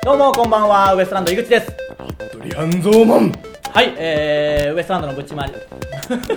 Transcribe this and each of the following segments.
どうもこんばんは、ウエストランド井口です。 ドリ半蔵マン。 はい、ウエストランドのぶち回りやったー。 ちょっと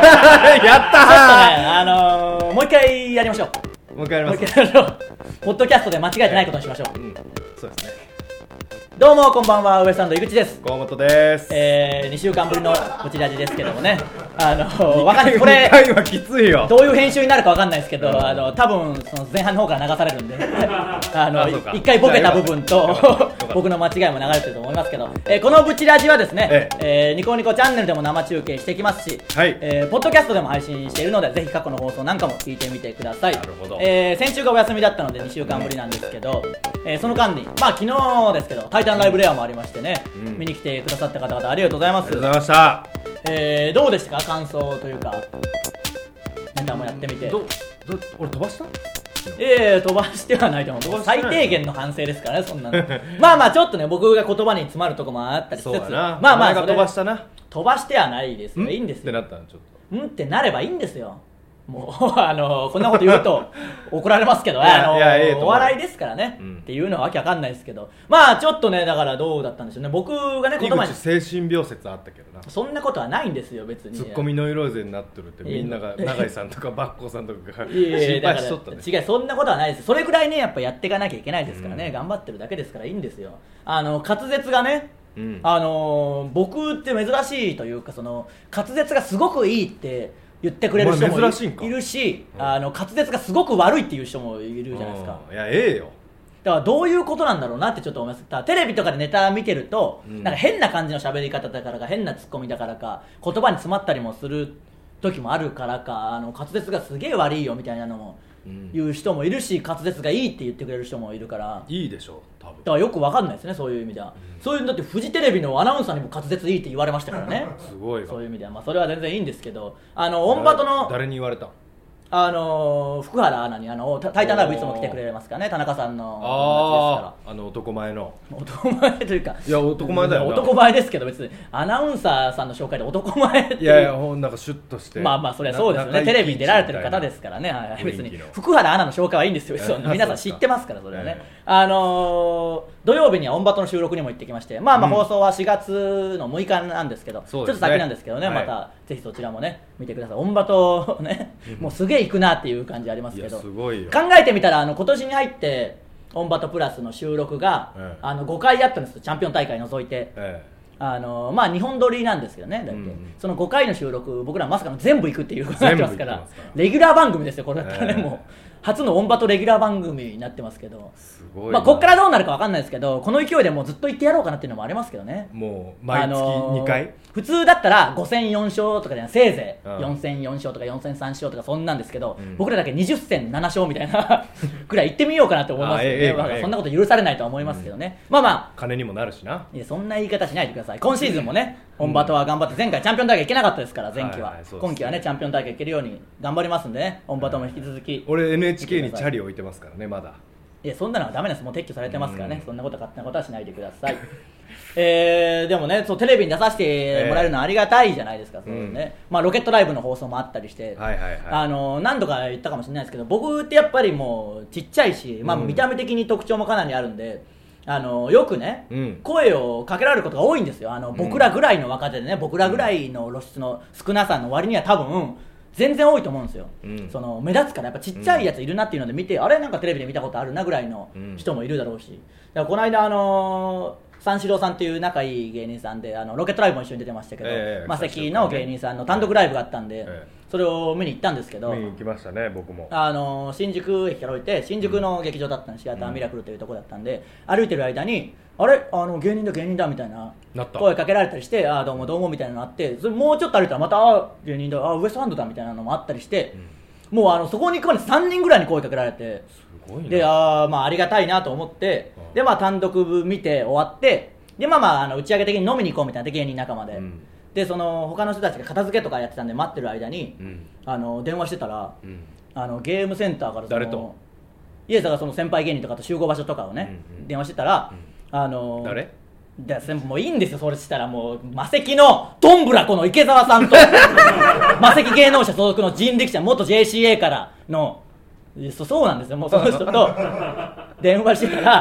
ね、もう一回やりましょう。 もう一回やります。 もう一回やりましょう。ポッドキャストで間違えてないことにしましょう。 そうですね。 どうもこんばんは、ウエストランド井口です。 河本です。 2週間ぶりのブチラジですけどもね、わかんない、これ 2回はきついよ。 どういう編集になるかわかんないですけど、多分その前半の方から流されるんで一回ボケた部分と僕の間違いも流れてると思いますけど、このブチラジはですね、ニコニコチャンネルでも生中継してきますし、 はい、 ポッドキャストでも配信しているので、ぜひ過去の放送なんかも聞いてみてください。 なるほど。 先週がお休みだったので2週間ぶりなんですけど、その間に、まあ昨日ですけど、タイタンライブレアもありましてね、見に来てくださった方々ありがとうございます。 ありがとうございました。 どうでしたか、感想というか、ネタもやってみて。 俺飛ばした？ 飛ばしてはないと思う。最低限の反省ですからね、そんなの。まあまあちょっとね、僕が言葉に詰まるとこもあったりしつつ、まあまあ飛ばしたな。 飛ばしてはないですよ。いいんですよ。 ってなったのちょっと。 ってなればいいんですよ。もうこんなこと言うと怒られますけど、お笑いですからね、っていうのはわけわかんないですけど、まあちょっとね、だからどうだったんでしょうね。僕がね、 言葉に精神病説あったけどな。 そんなことはないんですよ、別に。 ツッコミノイローゼになってるってみんなが、永井さんとかバッコさんとかが心配しとったね。 違う、そんなことはないです。それぐらいね、やっぱやっていかなきゃいけないですからね、頑張ってるだけですからいいんですよ。滑舌がね、僕って珍しいというか、その滑舌がすごくいいって言ってくれる人もいるし、滑舌がすごく悪いっていう人もいるじゃないですか。 いや、ええよ。 だからどういうことなんだろうなってちょっと思います。テレビとかでネタ見てると、なんか変な感じの喋り方だからか、変なツッコミだからか、言葉に詰まったりもする時もあるからか、滑舌がすげえ悪いよみたいなのも言う人もいるし、滑舌がいいって言ってくれる人もいるから、 いいでしょ多分。 だからよくわかんないですね、そういう意味では。そういうだってフジテレビのアナウンサーにも滑舌いいって言われましたからね。 すごいわ。 そういう意味では、まあそれは全然いいんですけど、オンバトの誰に言われた？ 福原アナにタイタンライブいつも来てくれますからね、田中さんの友達ですから。男前の男前というか、 いや男前だよな。 男前ですけど、別にアナウンサーさんの紹介で男前っていう、 いやいや、なんかシュッとして、 まあまあそれはそうですよね、テレビに出られてる方ですからね、別に福原アナの紹介はいいんですよ、皆さん知ってますから、それはね。土曜日にはオンバトの収録にも行ってきまして、まあまあ放送は4月の6日なんですけど、ちょっと先なんですけどね、またぜひそちらもね見てください。オンバトね、もうすげえ行くなっていう感じありますけど、 すごいよ。 考えてみたら今年に入ってオンバトプラスの収録が、5回やったんですよ、チャンピオン大会除いて。まあ2本撮りなんですけどね、だって、その5回の収録僕らまさかの全部行くっていうことになってますから、レギュラー番組ですよ、これだったらね、もう初のオンバトレギュラー番組になってますけど、まあこっからどうなるか分かんないですけど、この勢いでもうずっと行ってやろうかなっていうのもありますけどね。 もう毎月2回、 普通だったら5戦4勝とかじゃない、せいぜい4戦4勝とか4戦3勝とかそんなんですけど、僕らだけ20戦7勝みたいなくらい行ってみようかなと思いますけどね。そんなこと許されないとは思いますけどね。まあまあ金にもなるしな。 いや、そんな言い方しないでください。今シーズンもね、オンバトは頑張って、前回チャンピオン大会行けなかったですから、前期は、今期はねチャンピオン大会行けるように頑張りますんでね、オンバトも引き続き。 俺 NHK にチャリ置いてますからね、まだ。 いや、そんなのはダメです、もう撤去されてますからね、そんなこと勝手なことはしないでください。でもね、そうテレビに出させてもらえるのはありがたいじゃないですか。そうね、まあロケットライブの放送もあったりして、何度か言ったかもしれないですけど、僕ってやっぱりもうちっちゃいし、まあ見た目的に特徴もかなりあるんで、よくね、声をかけられることが多いんですよ。僕らぐらいの若手でね、僕らぐらいの露出の少なさの割には多分全然多いと思うんですよ。その目立つからやっぱちっちゃいやついるなっていうので見て、あれなんかテレビで見たことあるなぐらいの人もいるだろうし、だからこの間三四郎さんっていう仲いい芸人さんでロケットライブも一緒に出てましたけど、マセキの芸人さんの単独ライブがあったんで、それを見に行ったんですけど、 見に行きましたね、僕も。 新宿駅から降りて、新宿の劇場だったんで、シアターミラクルというところだったんで、歩いてる間にあれ芸人だみたいな声かけられたりして、どうもどうもみたいなのあって、それもうちょっと歩いたらまた芸人だ、ウエストランドだみたいなのもあったりして、もうそこに行くまで3人ぐらいに声かけられて、でまあありがたいなと思って、でまあ単独見て終わって、でまあ打ち上げ的に飲みに行こうみたいな、芸人仲間で、でその他の人たちが片付けとかやってたんで待ってる間に、電話してたら、ゲームセンターから誰と、 いやだからその先輩芸人とかと集合場所とかをね、電話してたら、 誰もういいんですよ、それしたらもうマセキのどんぶらこの池澤さんとマセキ芸能者所属の人力車元 JCA からのそうなんですよ、もうその人と電話してたら、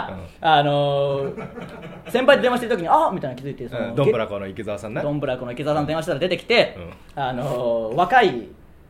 先輩と電話してる時にあみたいな気づいて、 ドンブラコの池澤さんね、 ドンブラコの池澤さんと電話したら出てきて、若い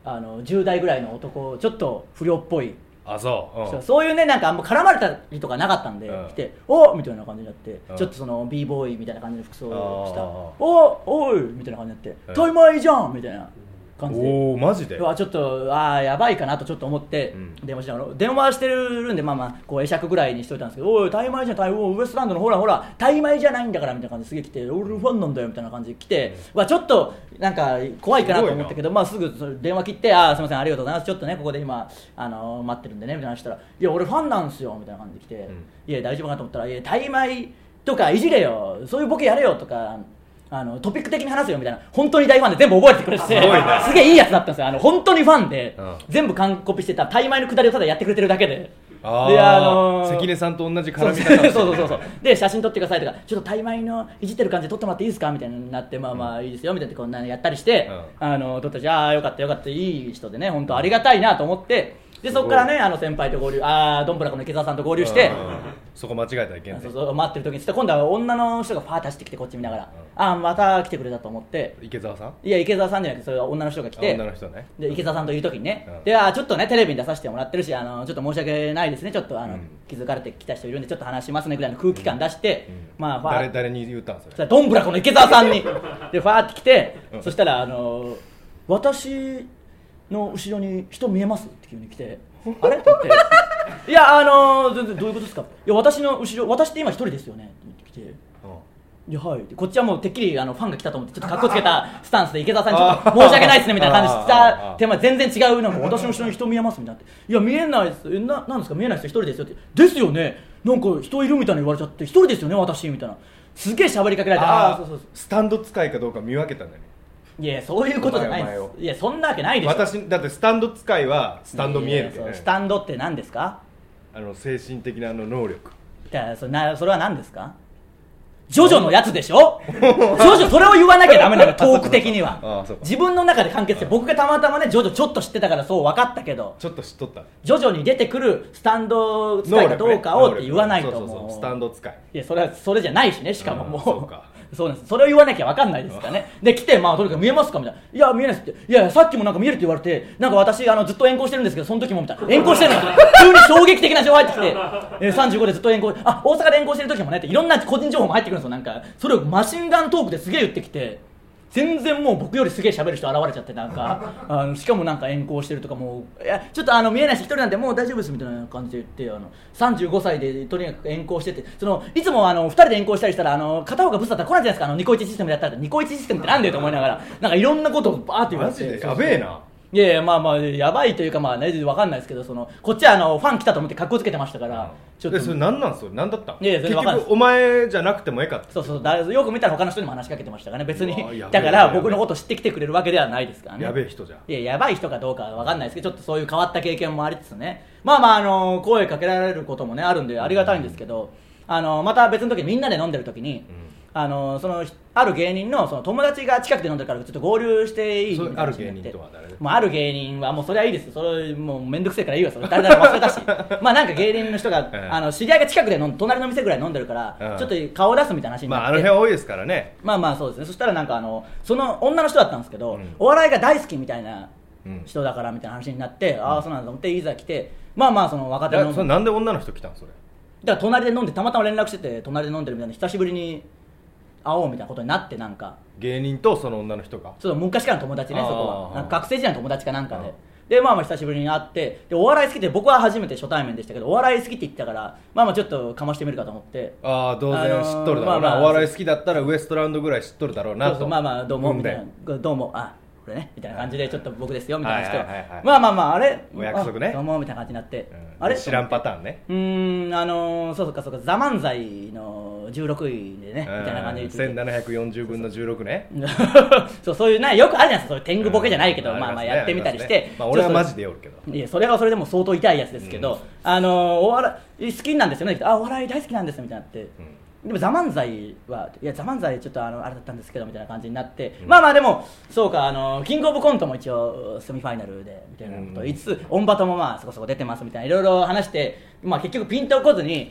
10代ぐらいの男、ちょっと不良っぽい、そういうね、なんかあんま絡まれたりとかなかったんで、来ておみたいな感じになって、ちょっとその b ボーイみたいな感じの服装をしたおいみたいな感じになって、タイマーいいじゃんみたいな感じで、 おマジで、 ちょっとやばいかなとちょっと思って電話しながら、電話してるんでこう会釈ぐらいにしといたんですけど、おいタイマーじゃん、ウエストランドのほらタイマーじゃないんだからみたいな感じですげえ来て、俺ファンなんだよみたいな感じで来て、ちょっとなんか怖いかなと思ったけど、すぐ電話切って、すみませんありがとうございます、ちょっとねここで今待ってるんでねみたいな話したら、いや俺ファンなんすよみたいな感じで来て、いや大丈夫かなと思ったら、いやタイマーとかいじれよ、そういうボケやれよとか、トピック的に話すよみたいな、本当に大ファンで全部覚えてくれてて、すげえいいやつだったんですよ。本当にファンで、全部完コピしてたタイマイのくだりをただやってくれてるだけで、 関根さんと同じ絡み方そうで写真撮ってくださいとか、ちょっとタイマイのいじってる感じで撮ってもらっていいですかみたいになって、いいですよみたいなこんなのやったりして、撮ったし、よかったよかった、いい人でね、本当ありがたいなと思って、でそこからね先輩と合流、ドンブラコの池澤さんと合流して、 そこ間違えたらいけんね。 待ってる時に今度は女の人がファーッと走ってきて、こっち見ながらまた来てくれたと思って、 池澤さん、 いや池澤さんじゃなくて、それは女の人が来て、 女の人ね、 で池澤さんという時にね、でちょっとねテレビに出させてもらってるし、ちょっと申し訳ないですね、ちょっと気づかれてきた人いるんでちょっと話しますねぐらいの空気感出して、 誰に言ったんですか、 ドンブラコの池澤さんにでファーって来て、そしたら私の後ろに人見えますって急に来て、あれって言っていや全然どういうことですか、いや私の後ろ、私って今一人ですよねって言ってきて、いやはい、こっちはもうてっきりファンが来たと思ってちょっとかっこつけたスタンスで池澤さんにちょっと申し訳ないですねみたいな感じした手前、全然違う、なんか私の後ろに人見えますみたいなって、いや見えないです、なんですか見えないですよ、一人ですよって、ですよね、なんか人いるみたいに言われちゃって、一人ですよね私みたいな、すげえ喋りかけられて、そうスタンド使いかどうか見分けたんだね。 いやそういうことじゃないです。いやそんなわけないでしょ。 私だってスタンド使いはスタンド見えるけどね。 スタンドって何ですか？ 精神的な能力。 それは何ですか？ジョジョのやつでしょジョジョそれを言わなきゃダメなのトーク的には自分の中で完結して、僕がたまたまねジョジョちょっと知ってたからそう分かったけど、 ちょっと知っとった、 ジョジョに出てくるスタンド使いかどうかをって言わないと、もうスタンド使い、 いやそれじゃないしね、しかももうそうかそうなんです、それを言わなきゃ分かんないですからね。で来て、とにかく見えますかみたいな、いや見えないですって、いやさっきもなんか見えるって言われて、なんか私ずっと遠行してるんですけど、その時もみたいな、遠行してるの急に衝撃的な情報入ってきて、35でずっと遠行、大阪で遠行してる時もねって、いろんな個人情報も入ってくるんですよ。なんかそれをマシンガントークですげえ言ってきて、全然もう僕よりすげえ喋る人現れちゃって、なんかしかもなんか遠行してるとか、もういやちょっと見えないし一人なんでもう大丈夫ですみたいな感じで言って、35歳でとにかく遠行してて、いつも2人で遠行したりしたら片方がブスだったら来ないじゃないですか、ニコイチシステムでやったら、ニコイチシステムってなんだよと思いながら、なんかいろんなことをバーって言われて、 マジでやべえな。 いやいややばいというか分かんないですけど、こっちはファン来たと思って格好つけてましたから、 ちょっとそれ何なんすよ、何だったん？ いや結局お前じゃなくてもええかった。 そうよく見たら他の人にも話しかけてましたからね、別にだから僕のこと知ってきてくれるわけではないですからね。 やべえ人じゃん。 いややばい人かどうかは分かんないですけど、ちょっとそういう変わった経験もありつつね、声かけられることもねあるんでありがたいんですけど、また別の時みんなで飲んでる時に、ある芸人の友達が近くで飲んでるからちょっと合流していいみたいな話になって、ある芸人はもうそれはいいです、それもうめんどくせえからいいわ、それ誰々忘れたしなんか芸人の人が知り合いが近くで隣の店ぐらい飲んでるから、ちょっと顔を出すみたいな話になって、 あの辺多いですからね。 そうですね。そしたらなんかその女の人だったんですけど、お笑いが大好きみたいな人だからみたいな話になって、そうなんだと思っていざ来て、その若手のそれなんで女の人来たんそれ？ だから隣で飲んで、たまたま連絡してて隣で飲んでるみたいな、久しぶりに会おうみたいなことになって、なんか芸人とその女の人が昔からの友達ね、そこはなんか学生時代の友達かなんかで、久しぶりに会って、でお笑い好きで、僕は初めて初対面でしたけど、お笑い好きって言ってたから、ちょっとかましてみるかと思って、 当然知っとるだろうな、お笑い好きだったらウエストランドぐらい知っとるだろうなと。 どうもみたいな、どうもこれねみたいな感じで、ちょっと僕ですよみたいな人、あれお約束ね、 どうもみたいな感じになって、 あれ知らんパターンね。 そうかザ・漫才の16位でねみたいな感じで 1740分の16ねそういうよくあるじゃないですか、そういう天狗ボケじゃないけど、やってみたりして、 俺はマジでおるけど、 いやそれはそれでも相当痛いやつですけど、お笑い好きなんですよね、お笑い大好きなんですみたいになって、でもザ・漫才はいやザ・漫才ちょっとあれだったんですけどみたいな感じになって、でもそうかキングオブコントも一応セミファイナルでみたいなこと言いつつ、オンバトもそこそこ出てますみたいな、いろいろ話して、結局ピンとこずに、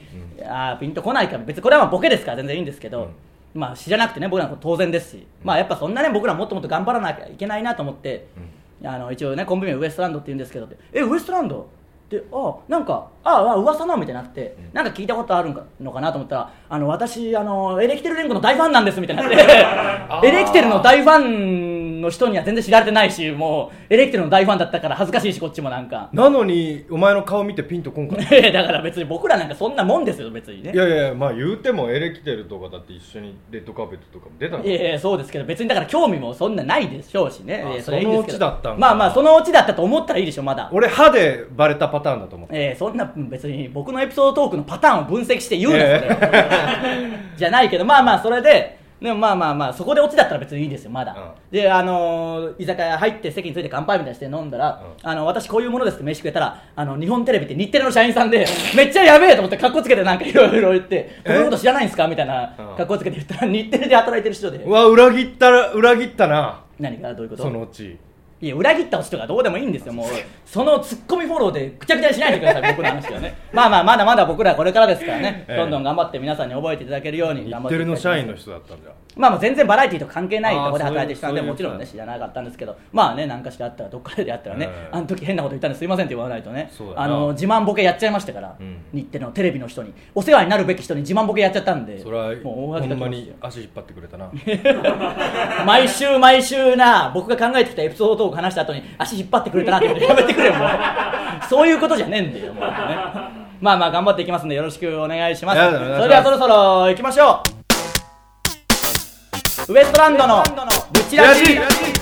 ピンとこないか、別にこれはまあボケですから全然いいんですけど、まあ知らなくてね、僕らの当然ですし、まあやっぱそんなね、僕らもっともっと頑張らなきゃいけないなと思って、一応ね、コンビ名ウエストランドって言うんですけど、ウエストランドで、なんか噂のみたいになって、なんか聞いたことあるのかなと思ったら、私エレキテル連合の大ファンなんですみたいになってエレキテルの大ファンの人には全然知られてないし、もうエレキテルの大ファンだったから恥ずかしいし、こっちもなんかなのにお前の顔見てピンとこんかっただから別に僕らなんかそんなもんですよ、別にね。 いやまあ言うてもエレキテルとかだって一緒にレッドカーペットとかも出たの。 いやそうですけど、別にだから興味もそんなないでしょうしね。 そのうちだったんだ。 まあまあそのうちだったと思ったらいいでしょ。まだ俺歯でバレたパターンだと思って、 そんな別に僕のエピソードトークのパターンを分析して言うな、それじゃないけど、まあまあそれでまあそこでオチだったら別にいいですよ、まだ、で居酒屋入って席について乾杯みたいにして飲んだら、私こういうものですって飯食えたら、日本テレビって日テレの社員さんでめっちゃやべえと思ってカッコつけてなんかいろいろ言って、こういうこと知らないんですかみたいなカッコつけて言ったら、日テレで働いてる人で、 うわ裏切ったな。 何がどういうこと？ そのうちいや裏切ったオチとかどうでもいいんですよ。もうそのツッコミフォローでぐちゃぐちゃにしないでください僕の話はね。まあまだまだ僕らこれからですからね、どんどん頑張って皆さんに覚えていただけるように頑張っていきたいと思います。 日テレの社員の人だったんじゃ。 まあ全然バラエティーと関係ないところで働いてる人なんで、もちろんね知らなかったんですけど、まあね、何かしらあったらどっかでやったらね、あの時変なこと言ったんですいませんって言わないとね、自慢ボケやっちゃいましたから、日テレのテレビの人にお世話になるべき人に自慢ボケやっちゃったんで、 それはもうほんまに足引っ張ってくれたな毎週な、僕が考えてきたエピソードトーク話した後に足引っ張ってくれたなってやめてくれよもうそういうことじゃねえんだよもうね。まあ頑張っていきますんでよろしくお願いします。それではそろそろ行きましょう。ウエストランドのブチラジ。ブ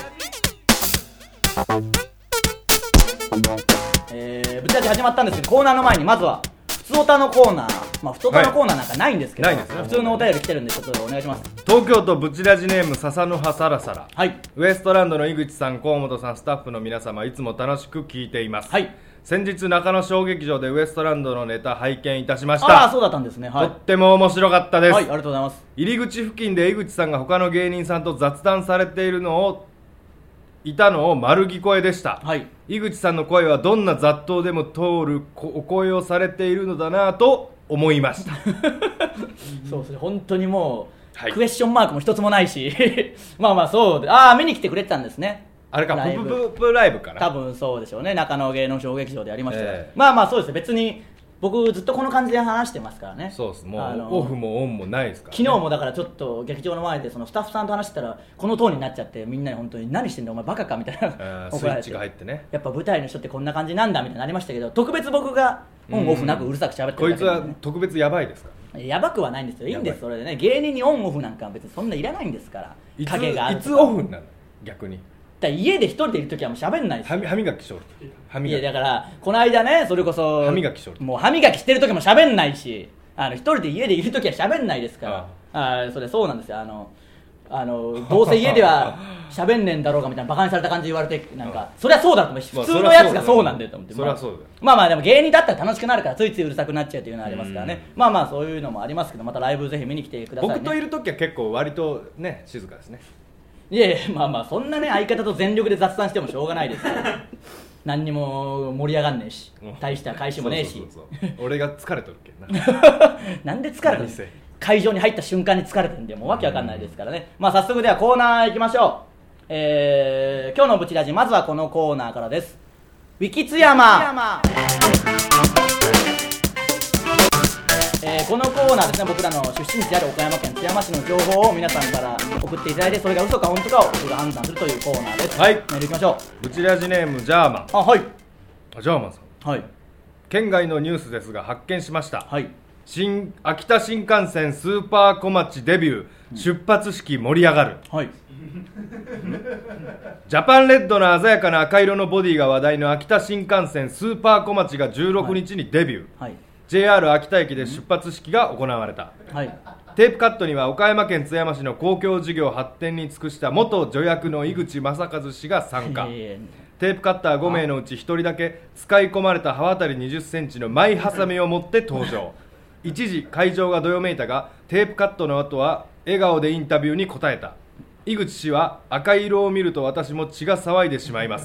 チラジ始まったんですけど、コーナーの前にまずは普通オタのコーナー、普通オタのコーナーなんかないんですけど、普通のお便り来てるんでちょっとお願いします。 東京都ブチラジネーム笹の葉サラサラ、 はい、 ウエストランドの井口さん、河本さん、スタッフの皆様、いつも楽しく聞いています。 はい、 先日中野小劇場でウエストランドのネタ拝見いたしました。 そうだったんですね。はい、 とっても面白かったです。 はい、ありがとうございます。 入り口付近で井口さんが他の芸人さんと雑談されていたのを丸聞こえでした。はい、井口さんの声はどんな雑踏でも通るお声をされているのだなと思いましたそうですね、本当にもう、 はい、 クエスチョンマークも一つもないしまあそうで、見に来てくれてたんですね。 あれか、プライブかな。 多分そうでしょうね、中野芸能小劇場でやりましたから、そうですね、別に僕ずっとこの感じで話してますからね。 そうです、もうオフもオンもないですから、 ね、昨日もだからちょっと劇場の前でそのスタッフさんと話してたらこのトーンになっちゃって、みんなに本当に何してんだお前バカかみたいなスイッチが入ってね、 やっぱ舞台の人ってこんな感じなんだみたいになりましたけど、特別僕がオンオフなくうるさく喋ってるだけ、 こいつは特別やばいですか。 やばくはないんですよ、いいんです。それでね、芸人にオンオフなんか別にそんないらないんですから。 影があるとか。いつオフなの逆に。 家で一人でいるときはもう喋んないですよ。 歯磨きしょる。 いやだからこの間ね、それこそ歯磨きしょる。 もう歯磨きしてるときも喋んないし、一人で家でいるときは喋んないですから。それそうなんですよ。どうせ家では喋んねえんだろうかみたいなバカにされた感じで言われて、なんかそりゃそうだと思って、普通のやつがそうなんだよと思って、 そりゃそうだよ。 まあでも芸人だったら楽しくなるからついついうるさくなっちゃうというのはありますからね。まあそういうのもありますけど、またライブぜひ見に来てくださいね。 僕といるときは結構割とね静かですね。 いやそんなね相方と全力で雑談してもしょうがないですから何にも盛り上がんねえし、大した返しもねえし。 俺が疲れとるっけななんで疲れてるん会場に入った瞬間に疲れてるんで、もうわけわかんないですからね。早速ではコーナー行きましょう。今日のブチラジ、まずはこのコーナーからです。ウィキ津山。このコーナーですね、僕らの出身地である岡山県津山市の情報を皆さんから送っていただいて、それが嘘か本当かを僕が判断するというコーナーです。 はい、 メールいきましょう。ブチラジネームジャーマン。 はい。 ジャーマンさん。 はい。 県外のニュースですが発見しました。 はい。 秋田新幹線スーパー小町デビュー、出発式盛り上がる。 はい。 ジャパンレッドの鮮やかな赤色のボディが話題の秋田新幹線スーパー小町が16日にデビュー。はい。JR 秋田駅で出発式が行われた。はい。テープカットには岡山県津山市の公共事業発展に尽くした元助役の井口正和氏が参加。テープカッター5名のうち1人だけ使い込まれた刃渡り20センチのマイハサミを持って登場。一時会場がどよめいたが、テープカットの後は笑顔でインタビューに答えた。井口氏は、赤色を見ると私も血が騒いでしまいます。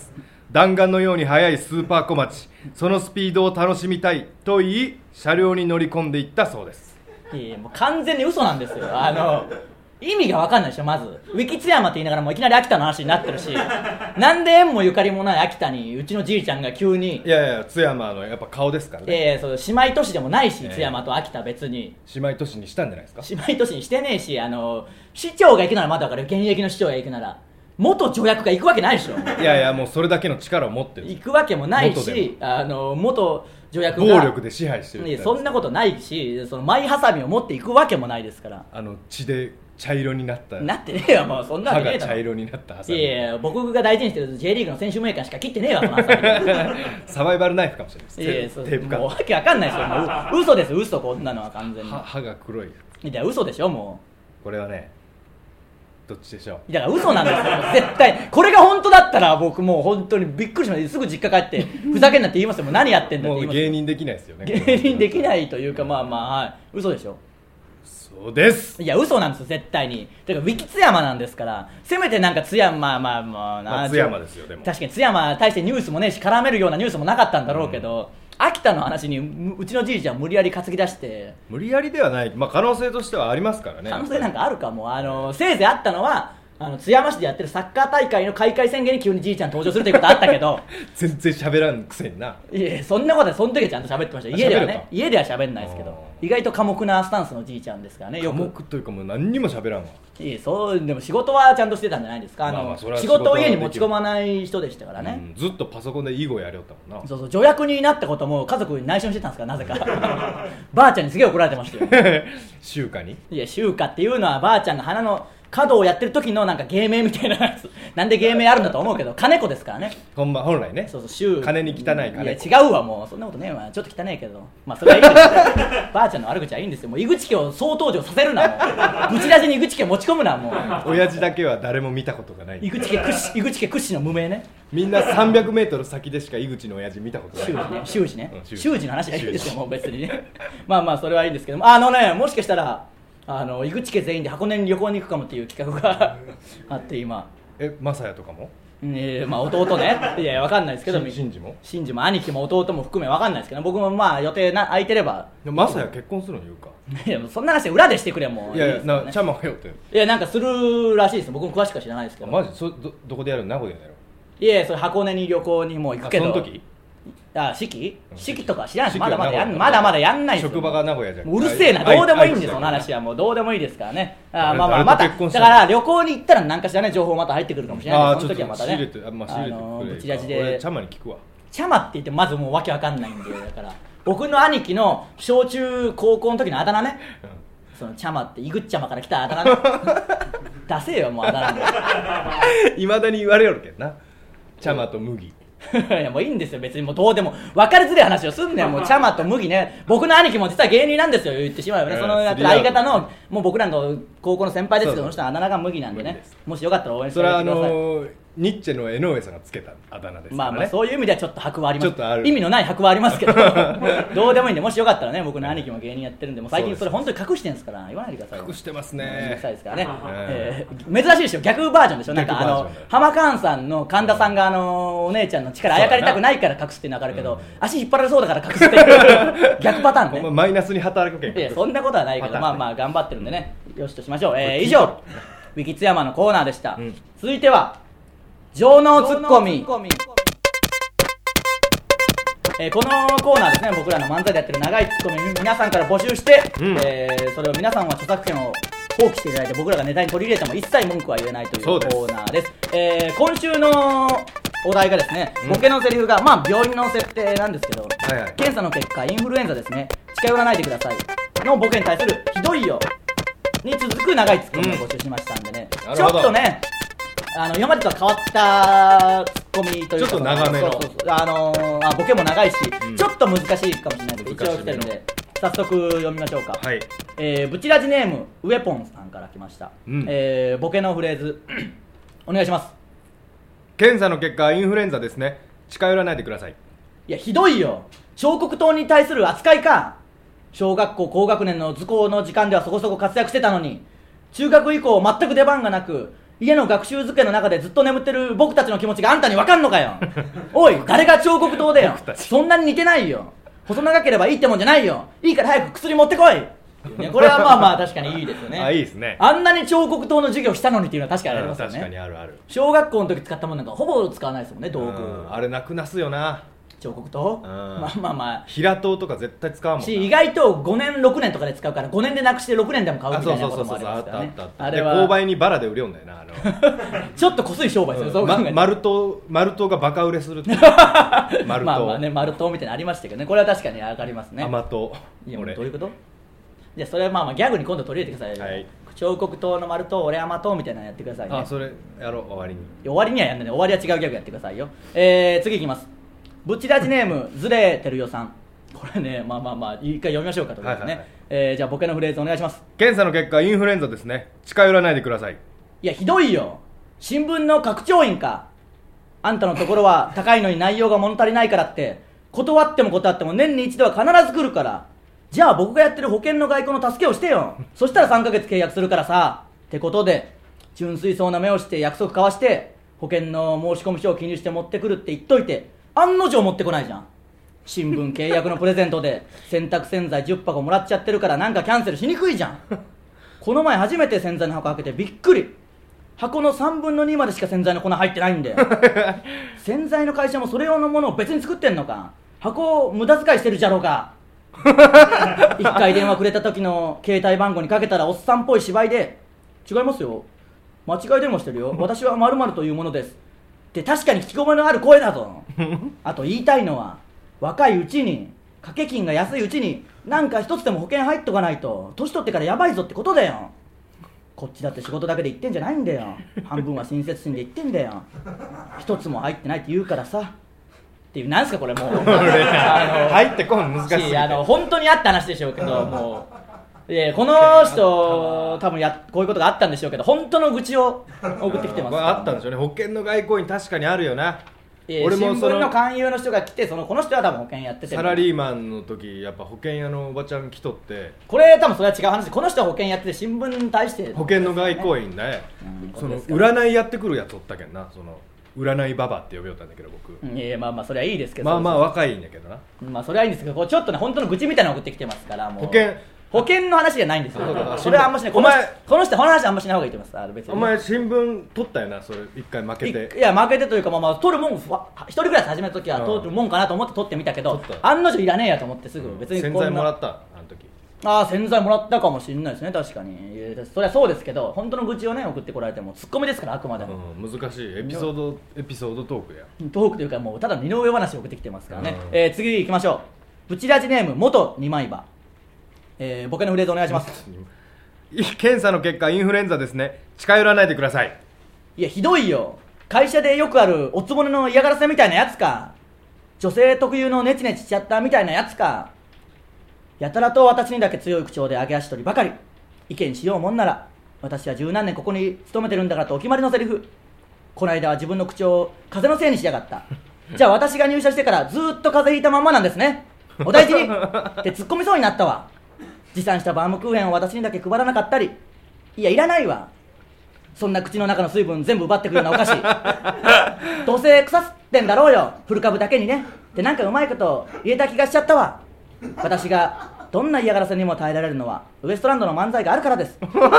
弾丸のように速いスーパー小町、そのスピードを楽しみたいと言い車両に乗り込んでいったそうです。 いやもう完全に嘘なんですよ。意味が分かんないでしょ。まずウィキ津山って言いながらもういきなり秋田の話になってるしなんで縁もゆかりもない秋田にうちのじいちゃんが急に。 いやいや津山のやっぱ顔ですからね。 そう姉妹都市でもないし、津山と秋田別に姉妹都市にしたんじゃないですか。 姉妹都市にしてねえし、市長が行くならまだ分かる。現役の市長が行くなら元助役が行くわけないでしょ。 いやいやもうそれだけの力を持ってる。 行くわけもないし、元助役が暴力で支配してる。 いやそんなことないし、そのマイハサミを持っていくわけもないですから。 血で茶色になったなってねえよ。もうそんなわけねえだろ。 歯が茶色になったハサミ。 いやいや僕が大事にしてる J リーグの選手名鑑しか切ってねえわこのハサミサバイバルナイフかもしれないです。 いやそうテープかもうわけわかんないですよ。もう嘘です。嘘。こんなのは完全に歯が黒い。 いや嘘でしょ。もうこれはねどっちでしょう。 だから嘘なんですよ絶対。これが本当だったら僕もう本当にびっくりしました。すぐ実家帰ってふざけんなって言いますよ。もう何やってんだって言いますよ。 もう芸人できないですよね。 芸人できないというかまあまあはい嘘でしょ。 そうです。 いや嘘なんですよ絶対に。だからウィキ津山なんですからせめてなんか津山津山ですよ。でも確かに津山対してニュースもねし絡めるようなニュースもなかったんだろうけど、秋田の話にうちのじいちゃん無理やり担ぎ出して。 無理やりではない、可能性としてはありますからね。 可能性なんかあるかも。せいぜいあったのは津山市でやってるサッカー大会の開会宣言に急にじいちゃん登場するということあったけど全然喋らんくせにな。 いやそんなことはその時はちゃんと喋ってました。家ではね。家では喋んないですけど意外と寡黙なスタンスのじいちゃんですからね。 寡黙というかもう何にも喋らんわ。 いやそうでも仕事はちゃんとしてたんじゃないですか。仕事を家に持ち込まない人でしたからね、 ずっとパソコンで囲碁やりよったもんな。 そう助役になったことも家族に内緒にしてたんですからなぜかばあちゃんにすげえ怒られてましたよ週課に。 いや週課っていうのはばあちゃんが花の角をやってる時のなんか芸名みたいなやつなんで芸名あるんだと思うけど金子ですからね。 本来ね。 そう週金に汚い金子。 いや違うわもうそんなことねえわ。ちょっと汚いけどそれはいいんですよばあちゃんの悪口はいいんですよ。もう井口家を総登場させるなもうブチラジに井口家持ち込むなもう。 親父だけは誰も見たことがない。 井口家屈指の無名ね。 みんな300メートル先でしか井口の親父見たことない。 修二の話がいいですよもう別にねまあそれはいいんですけどももしかしたら井口家全員で箱根に旅行に行くかもっていう企画があって今マサヤとかも弟ねいや分かんないですけどシンジも兄貴も弟も含め分かんないですけど僕も予定空いてれば。 マサヤ結婚するの言うか。 いやそんな話裏でしてくれもう。 いやチャマがよって。 いやなんかするらしいです。僕も詳しくは知らないですけど。 マジどこでやるの。名古屋でやろ。 いやそれ箱根に旅行にもう行くけど。 その時式とか知らないです。まだまだやんないですよ。 職場が名古屋じゃん。 うるせえな。どうでもいいんです。その話はもうどうでもいいですからね。まただから旅行に行ったら何かしらね情報また入ってくるかもしれない。その時はまたねブチラジで俺チャマに聞くわ。 チャマって言ってまずもうわけわかんないんでだから僕の兄貴の小中高校の時のあだ名ね、そのチャマってイグッチャマから来たあだ名ね出せよもうあだ名いまだに言われよるけんなチャマと麦いやもういいんですよ別にもうどうでも分かりづらい話をすんねん。もうチャマと麦ね僕の兄貴も実は芸人なんですよ言ってしまうよね。その相方のもう僕らの高校の先輩ですけどその人はあだ名が麦なんでね。もしよかったら応援してください。 それはニッチェの江上さんがつけたあだ名ですからね。 まあそういう意味ではちょっと箔はあります。意味のない箔はありますけどどうでもいいんでもしよかったらね僕の兄貴も芸人やってるんでもう最近それ本当に隠してるんですから言わないでください。 隠してますね。 うるさいですからね、珍しいでしょ逆バージョンでしょ。なんか浜カーンさんの神田さんがお姉ちゃんの力あやかりたくないから隠すっていうのは分かるけど、足引っ張られそうだから隠すっていう逆パターンね。 マイナスに働くけん。 いやそんなことはないけどまあ頑張ってるんでねよしとしましょう。以上ウィキ津山のコーナーでした、続いては情能ツッコミ。このコーナーですね僕らの漫才でやってる長いツッコミ皆さんから募集して、それを皆さんは著作権を放棄していただいて僕らがネタに取り入れても一切文句は言えないというコーナーです。今週のお題がですね、ボケのセリフが病院の設定なんですけど、検査の結果インフルエンザですね近寄らないでくださいのボケに対するひどいよに続く長いツッコミを募集しましたんでね、ちょっとね今までとは変わったツッコミというかちょっと長めのボケも長いし、ちょっと難しいかもしれないけど一応来てるんで早速読みましょうか。ブチラジネームウェポンさんから来ました、ボケのフレーズお願いします。 検査の結果インフルエンザですね近寄らないでください。 いやひどいよ彫刻刀に対する扱いか。小学校高学年の図工の時間ではそこそこ活躍してたのに中学以降全く出番がなく家の学習机の中でずっと眠ってる僕たちの気持ちがあんたに分かんのかよおい、誰が彫刻刀だよそんなに似てないよ。細長ければいいってもんじゃないよ。いいから早く薬持ってこいね、これはまあまあ確かにいいですよね。 いいですね。 あんなに彫刻刀の授業したのにっていうのは確かにありますよね。 確かにあるある。 小学校の時使ったもんなんかほぼ使わないですもんね、道具。 あれなくなすよな、 彫刻刀。まあ平刀とか絶対使うもんな。 意外と5年6年とかで使うから5年でなくして6年でも買うみたいなこともありますからね。 あれは購買にバラで売るんだよなちょっとこすい商売ですよ、そう考えて。 丸刀がバカ売れするって丸刀まあまあね、丸刀みたいなのありましたけどね、これは確かに上がりますね。 甘刀。 いや、どういうこと？じゃあそれはまあまあギャグに今度取り入れてください。彫刻刀の丸刀、俺甘刀みたいなのやってくださいね。 それやろう。終わりに。 終わりにはやんないね。終わりは違うギャグやってくださいよ。次いきます。ぶっちラジネームズレてるよさん。これね、まあ一回読みましょうかということですね。じゃあボケのフレーズお願いします。 検査の結果インフルエンザですね。近寄らないでください。 いや、ひどいよ。新聞の拡張員か。あんたのところは高いのに内容が物足りないからって断っても断っても年に一度は必ず来るから、じゃあ僕がやってる保険の外交の助けをしてよそしたら3ヶ月契約するからさってことで、純粋そうな目をして約束交わして保険の申込書を記入して持ってくるって言っといて、案の定持ってこないじゃん。新聞契約のプレゼントで洗濯洗剤10箱もらっちゃってるからなんかキャンセルしにくいじゃん。この前初めて洗剤の箱開けてびっくり。箱の3分の2までしか洗剤の粉入ってないんだよ洗剤の会社もそれ用のものを別に作ってんのか。箱を無駄遣いしてるじゃろうか一回電話くれた時の携帯番号にかけたらおっさんっぽい芝居で、違いますよ、間違い電話してるよ、私は〇〇というものですって確かに聞き込みのある声だぞあと言いたいのは、若いうちに掛け金が安いうちになんか一つでも保険入っとかないと年取ってからやばいぞってことだよ。こっちだって仕事だけで言ってんじゃないんだよ。半分は親切心で言ってんだよ。一つも入ってないって言うからさっていう、なんすかこれもう入ってこん難しい。 本当にあった話でしょうけど、もうこの人多分こういうことがあったんでしょうけど、本当の愚痴を送ってきてます。 あったんでしょうね。保険の外交員確かにあるよな。 俺も新聞の勧誘の人が来て、この人は多分保険やってて、 サラリーマンの時やっぱ保険屋のおばちゃん来とって、 これ多分それは違う話で、この人は保険やってて新聞に対して、 保険の外交員ね、占いやってくるやつおったけんな。占いババって呼びよったんだけど僕。 いやまあそれはいいですけど、 まあ若いんだけどな。 まあそれはいいんですけど、ちょっとね本当の愚痴みたいなの送ってきてますから、もう保険の話じゃないんですよ。それはあんましない。この話あんましない方がいいと思います。別にお前新聞取ったよな、それ一回負けて。 いや負けてというか、まあ取るもん、一人暮らし始めた時は取るもんかなと思って取ってみたけど、案の定いらねえやと思ってすぐ別に洗剤もらったあの時。 洗剤もらったかもしれないですね。確かにそれはそうですけど、本当の愚痴をね送ってこられてもツッコミですから、あくまでも、 難しいエピソードトークや。 トークというかもうただ二の上話を送ってきてますからね。次行きましょう。ブチラジネーム元二枚刃。ボケのフレーズお願いします。 検査の結果インフルエンザですね。近寄らないでください。 いやひどいよ。会社でよくあるおつぼねの嫌がらせみたいなやつか。女性特有のネチネチしちゃったみたいなやつか。やたらと私にだけ強い口調で上げ足取りばかり。意見しようもんなら、私は十何年ここに勤めてるんだからとお決まりのセリフ。この間は自分の口を風のせいにしやがった。じゃあ私が入社してからずっと風邪ひいたまんまなんですね。お大事にって突っ込みそうになったわ。持参したバームクーヘンを私にだけ配らなかったり。いやいらないわ。そんな口の中の水分全部奪ってくるようなお菓子どうせ腐ってんだろうよ、古株だけにねってなんかうまいこと言えた気がしちゃったわ。私がどんな嫌がらせにも耐えられるのはウエストランドの漫才があるからです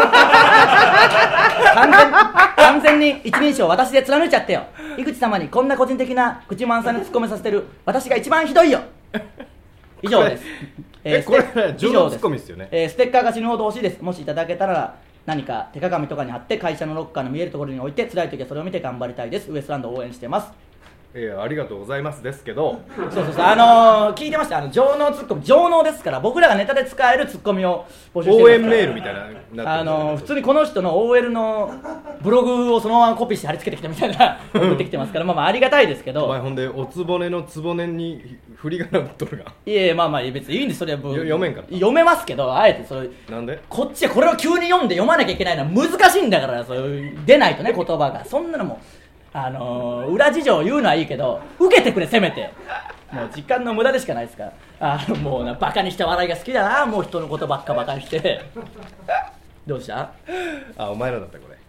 完全に一人称私で貫いちゃってよ。井口様にこんな個人的な口満載に突っ込めさせてる私が一番ひどいよ。以上です。 これ上手ツッコミですよね。 ステッカーが死ぬほど欲しいです。もしいただけたら何か手鏡とかに貼って会社のロッカーの見えるところに置いて、辛い時はそれを見て頑張りたいです。ウエストランドを応援してます。 ありがとうございますですけど、 そう聞いてました。上納ツッコミ、上納ですから、僕らがネタで使えるツッコミを募集してますから。 応援メールみたいな普通にこの人の OL のブログをそのままコピーして貼り付けてきたみたいな送ってきてますから、まあありがたいですけど。 お前ほんでおつぼねのつぼねに振り仮名打っとるが。 いやまあ別にいいんです。それは読めんから読めますけど、あえてそれなんでこっちはこれを急に読んで読まなきゃいけないのは難しいんだから、それ出ないとね、言葉が。そんなのも裏事情を言うのはいいけど、受けてくれせめて。もう時間の無駄でしかないですから。もうバカにした笑いが好きだな。もう人のことばっかバカにしてどうした？ お前らだったこれ。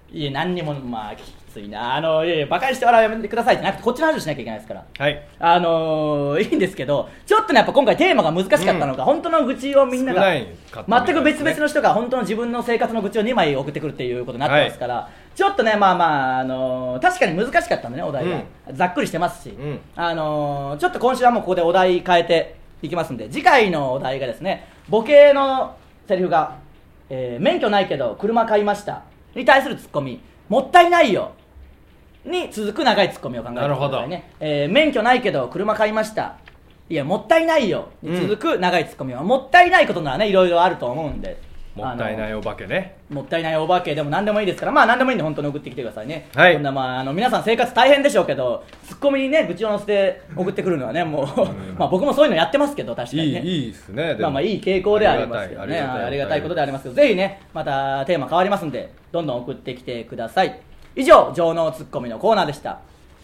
いや何にもまあきついな、いやいやバカにして笑うやめてくださいじゃなくてこっちの話をしなきゃいけないですから、 はい、 いいんですけど、ちょっとねやっぱ今回テーマが難しかったのか、本当の愚痴をみんなが全く別々の人が本当の自分の生活の愚痴を2枚送ってくるっていうことになってますから、ちょっとねまあ確かに難しかったんでね、お題が、ざっくりしてますし、ちょっと今週はもうここでお題変えていきますんで、次回のお題がですね、ボケのセリフが、免許ないけど車買いましたに対するツッコミ、もったいないよに続く長いツッコミを考えてくださいね。免許ないけど車買いました、いやもったいないよに続く長いツッコミは、もったいないことならねいろいろあると思うんで、 もったいないお化けね、 もったいないお化けでも何でもいいですから、まあ何でもいいんで本当に送ってきてくださいね。 はい、 こんな皆さん生活大変でしょうけど、ツッコミにね愚痴を乗せて送ってくるのはねもうまあ僕もそういうのやってますけど、確かにねいいですね。 まあいい傾向ではありますけどね、ありがたいことでありますけど、ぜひねまたテーマ変わりますんでどんどん送ってきてください。以上情能ツッコミのコーナーでした。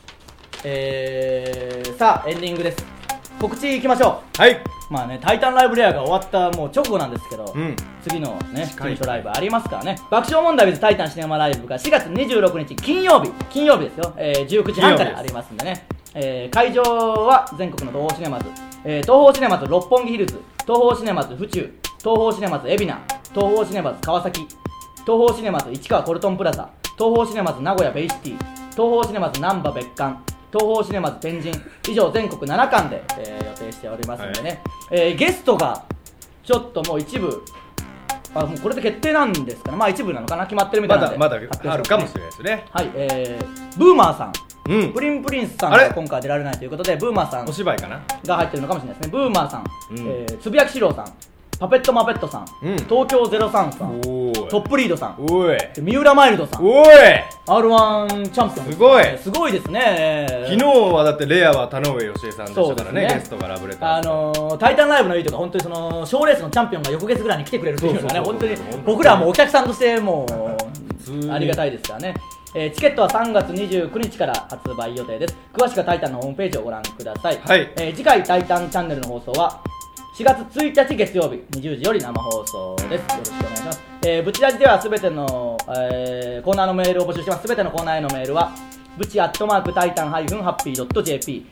さあエンディングです。告知いきましょう。 はい、 まあね、タイタンライブレアが終わったもう直後なんですけど、次のね事務所ライブありますからね。爆笑問題 with タイタンシネマライブが4月26日金曜日ですよ、19時半からありますんでね、会場は全国の東宝シネマズ、東宝シネマズ六本木ヒルズ、東宝シネマズ府中、東宝シネマズ海老名、東宝シネマズ川崎、東宝シネマズ市川コルトンプラザ、東宝シネマズ名古屋ベイシティ、東宝シネマズ難波別館、東宝シネマズ天神、以上全国7館で、予定しておりますのでね、ゲストがちょっともう一部もうこれで決定なんですかね、まあ一部なのかな、決まってるみたいなのでまだあるかもしれないですね。 はい、ブーマーさん、プリンプリンスさんが今回出られないということで、ブーマーさんお芝居かなが入ってるのかもしれないですね。ブーマーさん、つぶやきしろうさん、パペットマペットさん、東京03さん、トップリードさん、三浦マイルドさん、R1 チャンピオン、すごいですね。 昨日はだってレアは田上芳恵さんでしたからね、ゲストがラブレター、 タイタンライブのいいとか本当にその賞レースのチャンピオンが翌月ぐらいに来てくれるというのはね、本当に僕らはもうお客さんとしてもうありがたいですからね。チケットは3月29日から発売予定です。詳しくはタイタンのホームページをご覧ください。次回タイタンチャンネルの放送は4月1日月曜日20時より生放送です。よろしくお願いします。ブチラジではすべての、コーナーのメールを募集してます。すべてのコーナーへのメールはブチ@titan-happy.jp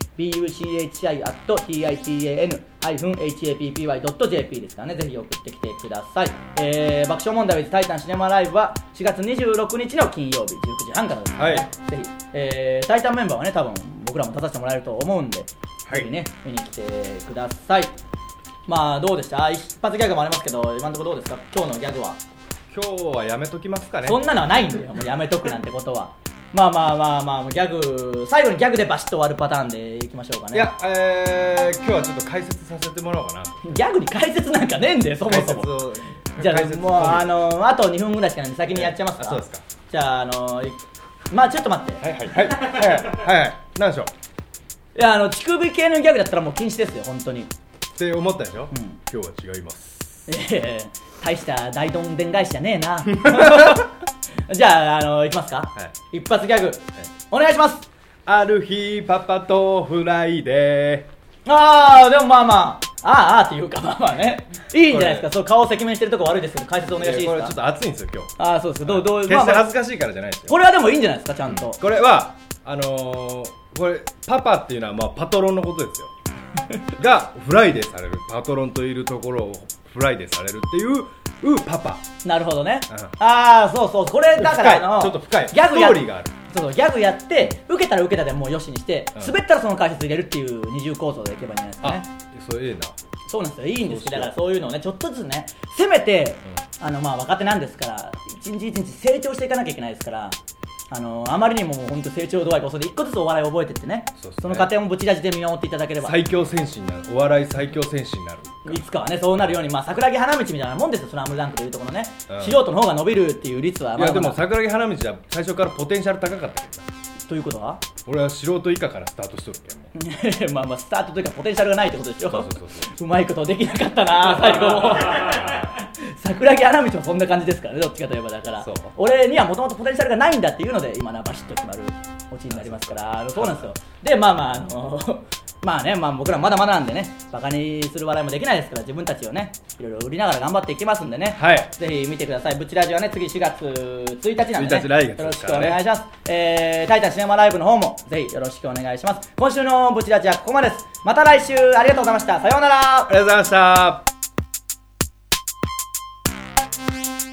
buchi@titan-happy.jp ですからね、ぜひ送ってきてください。爆笑問題 with タイタンシネマライブは4月26日の金曜日19時半からですね、ぜひ、タイタンメンバーはね多分僕らも出させてもらえると思うんで、ぜひね見に来てください。まあどうでした？一発ギャグもありますけど、今のところどうですか？今日のギャグは。 今日はやめときますかね。 そんなのはないんだよ、もうやめとくなんてことは。まあギャグ、最後にギャグでバシッと終わるパターンでいきましょうかね。 いや、今日はちょっと解説させてもらおうかな。 ギャグに解説なんかねえんだよ、そもそも。じゃあもうあと2分ぐらいしかないんで先にやっちゃいますか。 そうですか。 じゃあまあちょっと待って。 はい何でしょう。 いや乳首系のギャグだったらもう禁止ですよ、本当に。 って思ったでしょ、今日は違います。 大した大どんでん返しじゃねえな。じゃあいきますか、一発ギャグ、お願いします。 ある日パパとフライデー。でもっていうかね、いいんじゃないですか。そう顔を赤面してるとこ悪いですけど解説お願いしていいですか。 これちょっと熱いんですよ今日。 そうですか。 決して恥ずかしいからじゃないですよ。 これはでもいいんじゃないですか、ちゃんと。 これはこれパパっていうのはパトロンのことですよ。がフライデーされる、パトロンといるところをフライデーされるっていうパパ。 なるほどね。そうこれだからちょっと深いギャグストーリーがある。 そうギャグやって受けたら受けたでもうよしにして、滑ったらその解説入れるっていう二重構造でいけばいいんじゃないですかね。 それいいな。 そうなんですよ、いいんですよ。だからそういうのをねちょっとずつね、せめて若手なんですから一日一日成長していかなきゃいけないですから、あまりにも本当成長度合いが遅いで一個ずつお笑いを覚えてってね、その過程もブチラジで見守っていただければ最強戦士になる、お笑い最強戦士になる、 いつかはねそうなるように、桜木花道みたいなもんですよ、スラムダンクというところのね、素人の方が伸びるっていう率は。 いやでも桜木花道は最初からポテンシャル高かったけどな。 ということは俺は素人以下からスタートしとるけん。 まあスタートというかポテンシャルがないってことでしょ。そううまいことできなかったな最後も。桜木花道もそんな感じですからね、どっちかといえば。だから俺にはもともとポテンシャルがないんだっていうので今バシッと決まるオチになりますから、そうなんですよ。でまあね、僕らまだまだなんでね、バカにする笑いもできないですから、自分たちをねいろいろ売りながら頑張っていきますんでね、はい、ぜひ見てください。ブチラジはね次4月1日なんでね、よろしくお願いします。タイタンシネマライブの方もぜひよろしくお願いします。今週のブチラジはここまでです。また来週ありがとうございました。さようなら。 ありがとうございました。